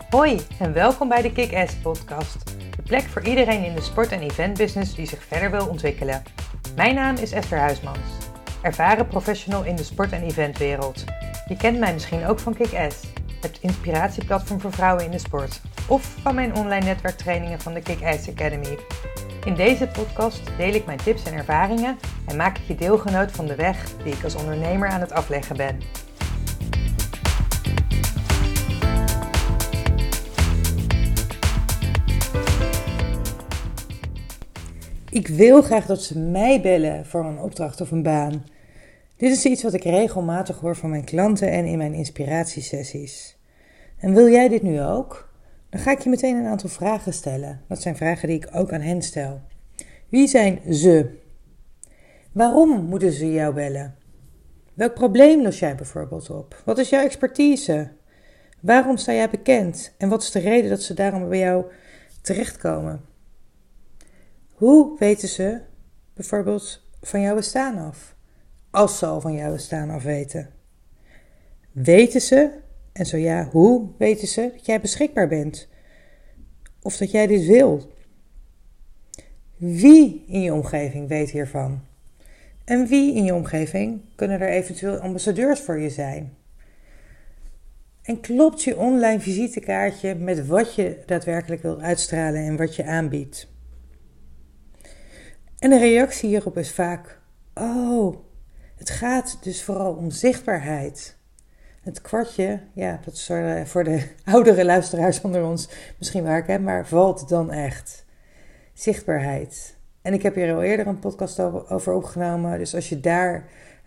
Hoi en welkom bij de Kick-Ass podcast. De plek voor iedereen in de sport- en eventbusiness die zich verder wil ontwikkelen. Mijn naam is Esther Huismans, ervaren professional in de sport- en eventwereld. Je kent mij misschien ook van Kick-Ass, het inspiratieplatform voor vrouwen in de sport. Of van mijn online netwerktrainingen van de Kick-Ass Academy. In deze podcast deel ik mijn tips en ervaringen en maak ik je deelgenoot van de weg die ik als ondernemer aan het afleggen ben. Ik wil graag dat ze mij bellen voor een opdracht of een baan. Dit is iets wat ik regelmatig hoor van mijn klanten en in mijn inspiratiesessies. En wil jij dit nu ook? Dan ga ik je meteen een aantal vragen stellen. Dat zijn vragen die ik ook aan hen stel. Wie zijn ze? Waarom moeten ze jou bellen? Welk probleem los jij bijvoorbeeld op? Wat is jouw expertise? Waarom sta jij bekend? En wat is de reden dat ze daarom bij jou terechtkomen? Hoe weten ze bijvoorbeeld van jouw bestaan af? Als ze al van jouw bestaan af weten. Weten ze, en zo ja, hoe weten ze dat jij beschikbaar bent? Of dat jij dit wil? Wie in je omgeving weet hiervan? En wie in je omgeving kunnen er eventueel ambassadeurs voor je zijn? En klopt je online visitekaartje met wat je daadwerkelijk wilt uitstralen en wat je aanbiedt? En de reactie hierop is vaak, het gaat dus vooral om zichtbaarheid. Het kwartje, ja, dat is voor de oudere luisteraars onder ons misschien waar ik heb, maar valt dan echt. Zichtbaarheid. En ik heb hier al eerder een podcast over opgenomen, dus als je daar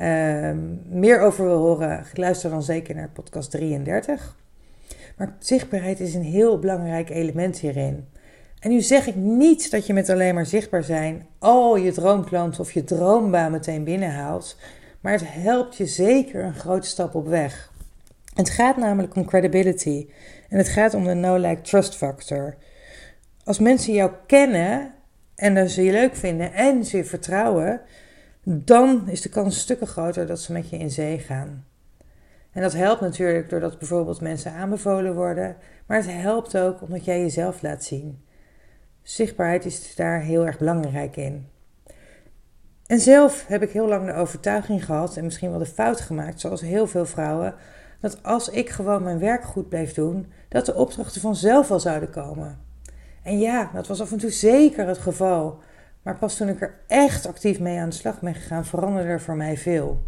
meer over wil horen, luister dan zeker naar podcast 33. Maar zichtbaarheid is een heel belangrijk element hierin. En nu zeg ik niet dat je met alleen maar zichtbaar zijn al je droomklanten of je droombaan meteen binnenhaalt. Maar het helpt je zeker een grote stap op weg. Het gaat namelijk om credibility. En het gaat om de know-like-trust factor. Als mensen jou kennen en dat ze je leuk vinden en ze je vertrouwen, dan is de kans stukken groter dat ze met je in zee gaan. En dat helpt natuurlijk doordat bijvoorbeeld mensen aanbevolen worden. Maar het helpt ook omdat jij jezelf laat zien. Zichtbaarheid is daar heel erg belangrijk in. En zelf heb ik heel lang de overtuiging gehad en misschien wel de fout gemaakt, zoals heel veel vrouwen, dat als ik gewoon mijn werk goed bleef doen, dat de opdrachten vanzelf wel zouden komen. En ja, dat was af en toe zeker het geval. Maar pas toen ik er echt actief mee aan de slag ben gegaan, veranderde er voor mij veel.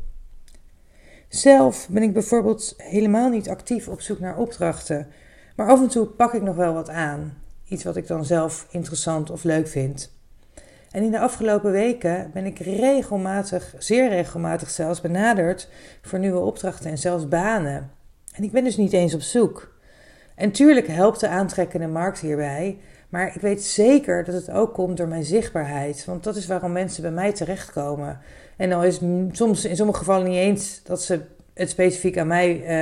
Zelf ben ik bijvoorbeeld helemaal niet actief op zoek naar opdrachten, maar af en toe pak ik nog wel wat aan. Iets wat ik dan zelf interessant of leuk vind. En in de afgelopen weken ben ik zeer regelmatig zelfs benaderd voor nieuwe opdrachten en zelfs banen. En ik ben dus niet eens op zoek. En tuurlijk helpt de aantrekkende markt hierbij, maar ik weet zeker dat het ook komt door mijn zichtbaarheid. Want dat is waarom mensen bij mij terechtkomen. En dan is soms in sommige gevallen niet eens dat ze het specifiek aan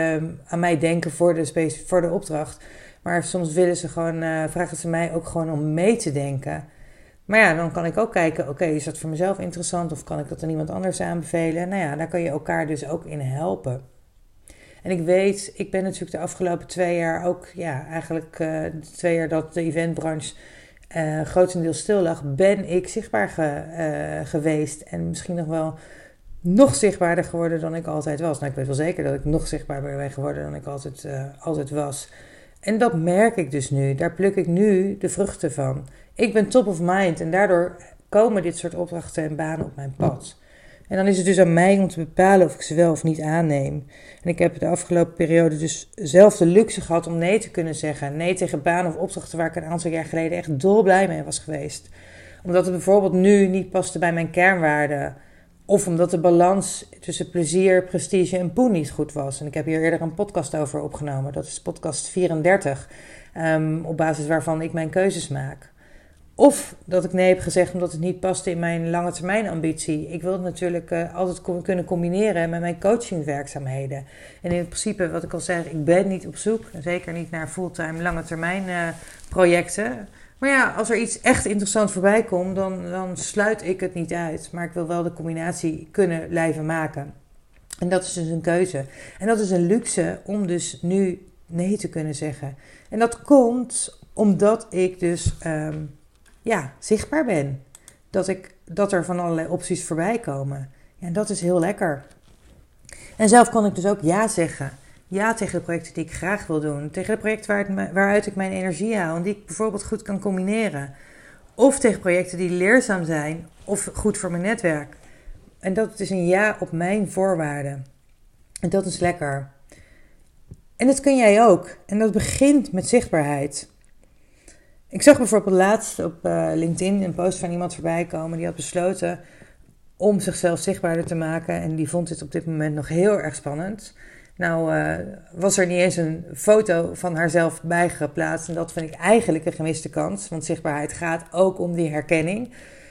mij denken voor de opdracht. Maar soms vragen ze mij ook gewoon om mee te denken. Maar ja, dan kan ik ook kijken, oké, is dat voor mezelf interessant of kan ik dat aan iemand anders aanbevelen? Nou ja, daar kan je elkaar dus ook in helpen. En ik ben natuurlijk de afgelopen 2 jaar ook, eigenlijk 2 jaar dat de eventbranche grotendeels stil lag, ben ik zichtbaar geweest en misschien nog zichtbaarder geworden dan ik altijd was. Nou, ik weet wel zeker dat ik nog zichtbaarder ben geworden dan ik altijd was. En dat merk ik dus nu. Daar pluk ik nu de vruchten van. Ik ben top of mind en daardoor komen dit soort opdrachten en banen op mijn pad. En dan is het dus aan mij om te bepalen of ik ze wel of niet aanneem. En ik heb de afgelopen periode dus zelf de luxe gehad om nee te kunnen zeggen. Nee tegen banen of opdrachten waar ik een aantal jaar geleden echt dolblij mee was geweest. Omdat het bijvoorbeeld nu niet paste bij mijn kernwaarden. Of omdat de balans tussen plezier, prestige en poen niet goed was. En ik heb hier eerder een podcast over opgenomen. Dat is podcast 34. Op basis waarvan ik mijn keuzes maak. Of dat ik nee heb gezegd omdat het niet paste in mijn lange termijn ambitie. Ik wil het natuurlijk altijd kunnen combineren met mijn coachingwerkzaamheden. En in principe, wat ik al zeg, ik ben niet op zoek. Zeker niet naar fulltime lange termijn projecten. Maar ja, als er iets echt interessant voorbij komt, dan sluit ik het niet uit. Maar ik wil wel de combinatie kunnen blijven maken. En dat is dus een keuze. En dat is een luxe om dus nu nee te kunnen zeggen. En dat komt omdat ik dus zichtbaar ben. Dat er van allerlei opties voorbij komen. Ja, en dat is heel lekker. En zelf kon ik dus ook ja zeggen. Ja tegen de projecten die ik graag wil doen. Tegen de projecten waaruit ik mijn energie haal. En die ik bijvoorbeeld goed kan combineren. Of tegen projecten die leerzaam zijn. Of goed voor mijn netwerk. En dat is een ja op mijn voorwaarden. En dat is lekker. En dat kun jij ook. En dat begint met zichtbaarheid. Ik zag bijvoorbeeld laatst op LinkedIn een post van iemand voorbij komen. Die had besloten om zichzelf zichtbaarder te maken. En die vond dit moment nog heel erg spannend. Nou was er niet eens een foto van haarzelf bij geplaatst. En dat vind ik eigenlijk een gemiste kans. Want zichtbaarheid gaat ook om die herkenning.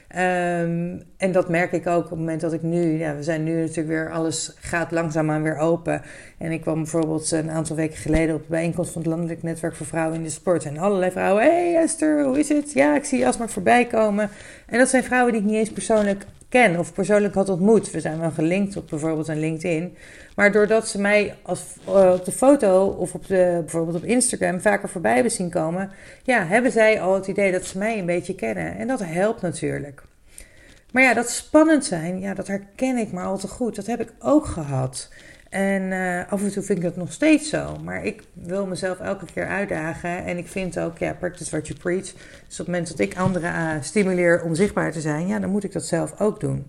En dat merk ik ook op het moment dat ik nu... Ja, we zijn nu natuurlijk weer... Alles gaat langzaamaan weer open. En ik kwam bijvoorbeeld een aantal weken geleden... op de bijeenkomst van het Landelijk Netwerk voor Vrouwen in de Sport. En allerlei vrouwen... Hey Esther, hoe is het? Ja, ik zie je alsmaar voorbij komen. En dat zijn vrouwen die ik niet eens persoonlijk ken... of persoonlijk had ontmoet. We zijn wel gelinkt op bijvoorbeeld een LinkedIn. Maar doordat ze mij op de foto... of bijvoorbeeld op Instagram vaker voorbij hebben zien komen... ja, hebben zij al het idee dat ze mij een beetje kennen. En dat helpt natuurlijk. Maar ja, dat spannend zijn, ja, dat herken ik maar al te goed. Dat heb ik ook gehad. En af en toe vind ik dat nog steeds zo. Maar ik wil mezelf elke keer uitdagen. En ik vind ook, ja, practice what you preach. Dus op het moment dat ik anderen stimuleer om zichtbaar te zijn, ja, dan moet ik dat zelf ook doen.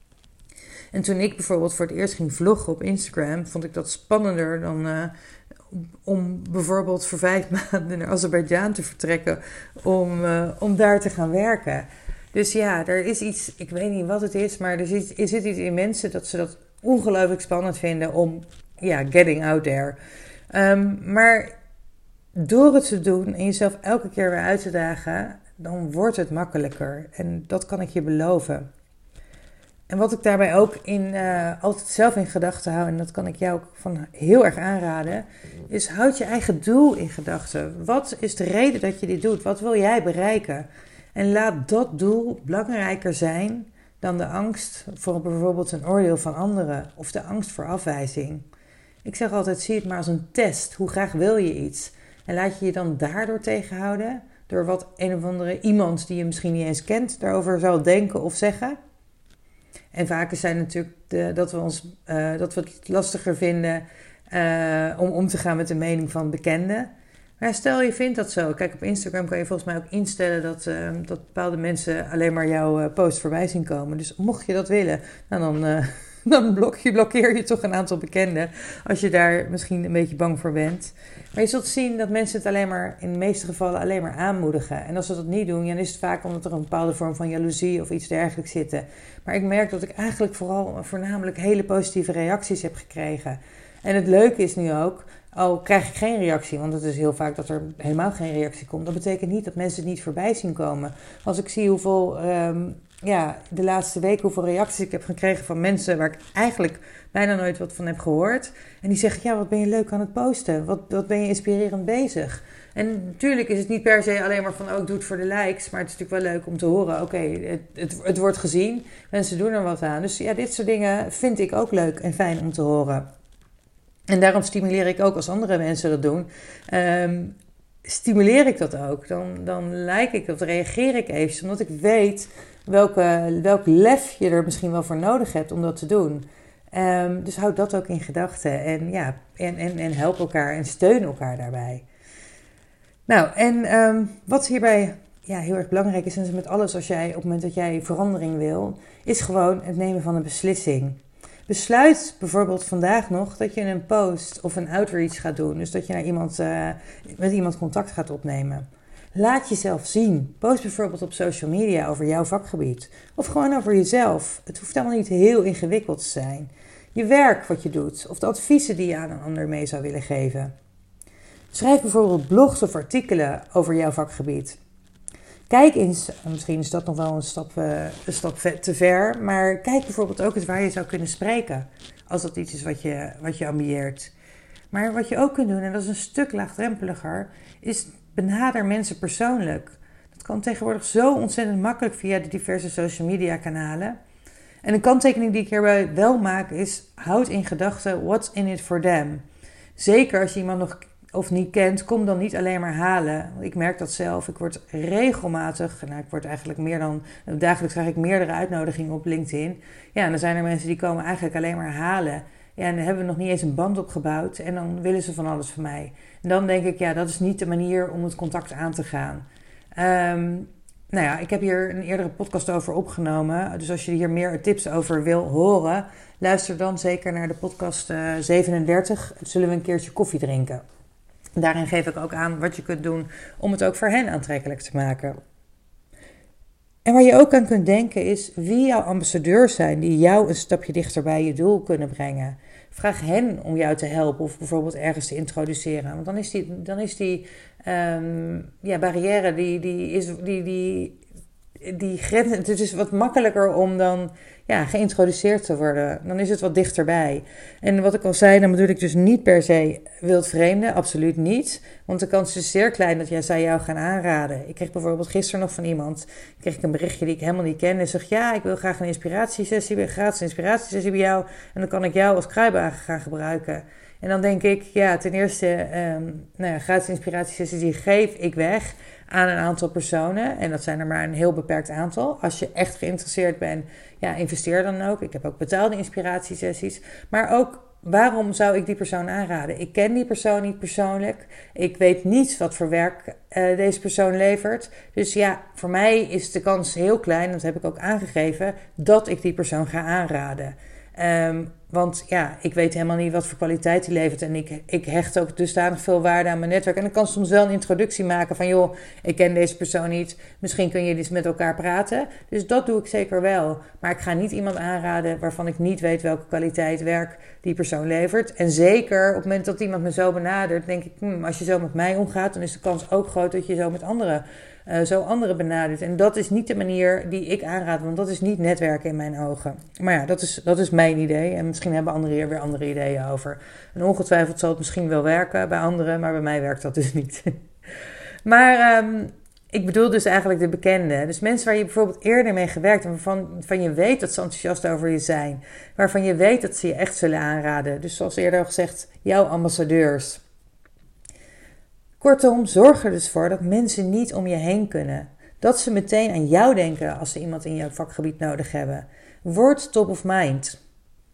En toen ik bijvoorbeeld voor het eerst ging vloggen op Instagram, vond ik dat spannender dan om bijvoorbeeld voor 5 maanden naar Azerbeidzjan te vertrekken om daar te gaan werken. Dus ja, er is iets, ik weet niet wat het is, maar er zit iets in mensen dat ze dat ongelooflijk spannend vinden om, ja, getting out there. Maar door het te doen en jezelf elke keer weer uit te dagen, dan wordt het makkelijker. En dat kan ik je beloven. En wat ik daarbij ook altijd zelf in gedachten hou, en dat kan ik jou ook van heel erg aanraden, is houd je eigen doel in gedachten. Wat is de reden dat je dit doet? Wat wil jij bereiken? En laat dat doel belangrijker zijn dan de angst voor bijvoorbeeld een oordeel van anderen of de angst voor afwijzing. Ik zeg altijd, zie het maar als een test. Hoe graag wil je iets? En laat je je dan daardoor tegenhouden door wat een of andere iemand die je misschien niet eens kent daarover zal denken of zeggen. En vaker zijn natuurlijk dat we het lastiger vinden om om te gaan met de mening van bekenden. Maar stel je vindt dat zo. Kijk, op Instagram kan je volgens mij ook instellen dat bepaalde mensen alleen maar jouw post voorbij zien komen. Dus mocht je dat willen, nou dan blokkeer je toch een aantal bekenden als je daar misschien een beetje bang voor bent. Maar je zult zien dat mensen het in de meeste gevallen alleen maar aanmoedigen. En als ze dat niet doen, dan is het vaak omdat er een bepaalde vorm van jaloezie of iets dergelijks zit. Maar ik merk dat ik eigenlijk voornamelijk hele positieve reacties heb gekregen. En het leuke is nu ook, al krijg ik geen reactie, want het is heel vaak dat er helemaal geen reactie komt. Dat betekent niet dat mensen het niet voorbij zien komen. Als ik zie de laatste week hoeveel reacties ik heb gekregen van mensen waar ik eigenlijk bijna nooit wat van heb gehoord. En die zeggen, ja, wat ben je leuk aan het posten? Wat ben je inspirerend bezig? En natuurlijk is het niet per se alleen maar van, ik doe het voor de likes. Maar het is natuurlijk wel leuk om te horen, het wordt gezien. Mensen doen er wat aan. Dus ja, dit soort dingen vind ik ook leuk en fijn om te horen. En daarom stimuleer ik ook als andere mensen dat doen. Stimuleer ik dat ook. Dan like ik dat, reageer ik even. Omdat ik weet welk lef je er misschien wel voor nodig hebt om dat te doen. Dus houd dat ook in gedachten. En help elkaar en steun elkaar daarbij. Nou, en wat hierbij heel erg belangrijk is, en met alles op het moment dat jij verandering wil, is gewoon het nemen van een beslissing. Besluit bijvoorbeeld vandaag nog dat je een post of een outreach gaat doen. Dus dat je met iemand contact gaat opnemen. Laat jezelf zien. Post bijvoorbeeld op social media over jouw vakgebied. Of gewoon over jezelf. Het hoeft allemaal niet heel ingewikkeld te zijn. Je werk wat je doet. Of de adviezen die je aan een ander mee zou willen geven. Schrijf bijvoorbeeld blogs of artikelen over jouw vakgebied. Kijk eens, misschien is dat nog wel een stap te ver, maar kijk bijvoorbeeld ook eens waar je zou kunnen spreken. Als dat iets is wat je ambieert. Maar wat je ook kunt doen, en dat is een stuk laagdrempeliger, is benader mensen persoonlijk. Dat kan tegenwoordig zo ontzettend makkelijk via de diverse social media kanalen. En een kanttekening die ik hierbij wel maak is, houd in gedachten what's in it for them. Zeker als je iemand nog of niet kent, kom dan niet alleen maar halen. Ik merk dat zelf. Ik word regelmatig, ik word eigenlijk dagelijks krijg ik meerdere uitnodigingen op LinkedIn. Ja, en dan zijn er mensen die komen eigenlijk alleen maar halen. Ja, en dan hebben we nog niet eens een band opgebouwd en dan willen ze van alles van mij. En dan denk ik, ja, dat is niet de manier om het contact aan te gaan. Ik heb hier een eerdere podcast over opgenomen. Dus als je hier meer tips over wil horen, luister dan zeker naar de podcast 37. Zullen we een keertje koffie drinken? Daarin geef ik ook aan wat je kunt doen om het ook voor hen aantrekkelijk te maken. En waar je ook aan kunt denken is wie jouw ambassadeurs zijn die jou een stapje dichter bij je doel kunnen brengen. Vraag hen om jou te helpen of bijvoorbeeld ergens te introduceren. Want dan is die barrière, die grens, het is wat makkelijker om dan geïntroduceerd te worden. Dan is het wat dichterbij. En wat ik al zei, dan bedoel ik dus niet per se wildvreemden, absoluut niet. Want de kans is zeer klein dat zij jou gaan aanraden. Ik kreeg bijvoorbeeld gisteren nog van iemand, een berichtje die ik helemaal niet kende. En zegt, ja, ik wil graag een gratis inspiratiesessie bij jou. En dan kan ik jou als kruiwagen gaan gebruiken. En dan denk ik, ja, ten eerste, gratis inspiratiesessies die geef ik weg aan een aantal personen. En dat zijn er maar een heel beperkt aantal. Als je echt geïnteresseerd bent, investeer dan ook. Ik heb ook betaalde inspiratiesessies. Maar ook, waarom zou ik die persoon aanraden? Ik ken die persoon niet persoonlijk. Ik weet niet wat voor werk deze persoon levert. Dus ja, voor mij is de kans heel klein, dat heb ik ook aangegeven, dat ik die persoon ga aanraden. Want ja, ik weet helemaal niet wat voor kwaliteit die levert. En ik hecht ook dusdanig veel waarde aan mijn netwerk. En ik kan soms wel een introductie maken van, joh, ik ken deze persoon niet. Misschien kun je dus met elkaar praten. Dus dat doe ik zeker wel. Maar ik ga niet iemand aanraden waarvan ik niet weet welke kwaliteit werk die persoon levert. En zeker op het moment dat iemand me zo benadert, denk ik, als je zo met mij omgaat, dan is de kans ook groot dat je zo met anderen benadert. En dat is niet de manier die ik aanraad, want dat is niet netwerken in mijn ogen. Maar ja, dat is mijn idee. En misschien hebben anderen hier weer andere ideeën over. En ongetwijfeld zal het misschien wel werken bij anderen, maar bij mij werkt dat dus niet. Maar ik bedoel dus eigenlijk de bekende. Dus mensen waar je bijvoorbeeld eerder mee gewerkt en waarvan je weet dat ze enthousiast over je zijn. Waarvan je weet dat ze je echt zullen aanraden. Dus zoals eerder al gezegd, jouw ambassadeurs. Kortom, zorg er dus voor dat mensen niet om je heen kunnen. Dat ze meteen aan jou denken als ze iemand in jouw vakgebied nodig hebben. Word top of mind.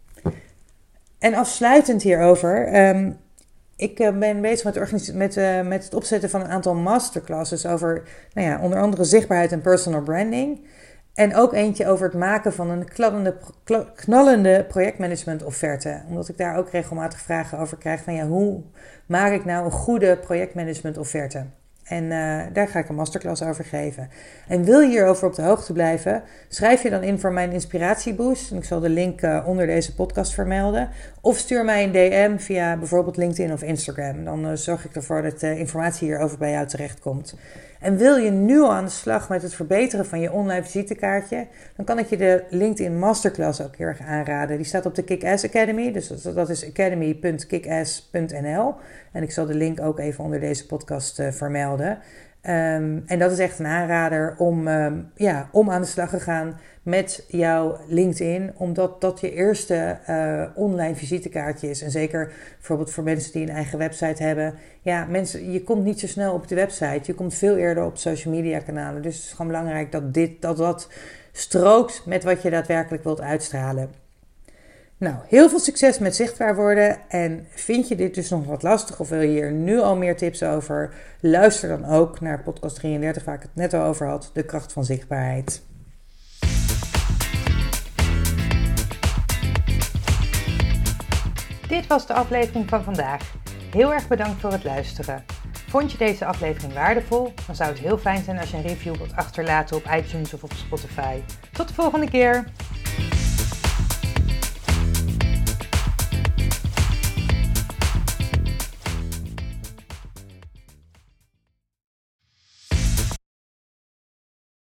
En afsluitend hierover. Ik ben bezig met het opzetten van een aantal masterclasses over onder andere zichtbaarheid en personal branding. En ook eentje over het maken van een knallende projectmanagement offerte. Omdat ik daar ook regelmatig vragen over krijg van hoe maak ik nou een goede projectmanagement offerte? En daar ga ik een masterclass over geven. En wil je hierover op de hoogte blijven, schrijf je dan in voor mijn inspiratieboost. En ik zal de link onder deze podcast vermelden. Of stuur mij een DM via bijvoorbeeld LinkedIn of Instagram. Dan zorg ik ervoor dat informatie hierover bij jou terechtkomt. En wil je nu al aan de slag met het verbeteren van je online visitekaartje, dan kan ik je de LinkedIn Masterclass ook heel erg aanraden. Die staat op de Kick-Ass Academy, dus dat is academy.kickass.nl. En ik zal de link ook even onder deze podcast vermelden. En dat is echt een aanrader om aan de slag te gaan met jouw LinkedIn, omdat dat je eerste online visitekaartje is. En zeker bijvoorbeeld voor mensen die een eigen website hebben. Ja, je komt niet zo snel op de website. Je komt veel eerder op social media kanalen. Dus het is gewoon belangrijk dat strookt met wat je daadwerkelijk wilt uitstralen. Nou, heel veel succes met zichtbaar worden. En vind je dit dus nog wat lastig of wil je hier nu al meer tips over? Luister dan ook naar podcast 33, waar ik het net al over had. De kracht van zichtbaarheid. Dit was de aflevering van vandaag. Heel erg bedankt voor het luisteren. Vond je deze aflevering waardevol? Dan zou het heel fijn zijn als je een review wilt achterlaten op iTunes of op Spotify. Tot de volgende keer!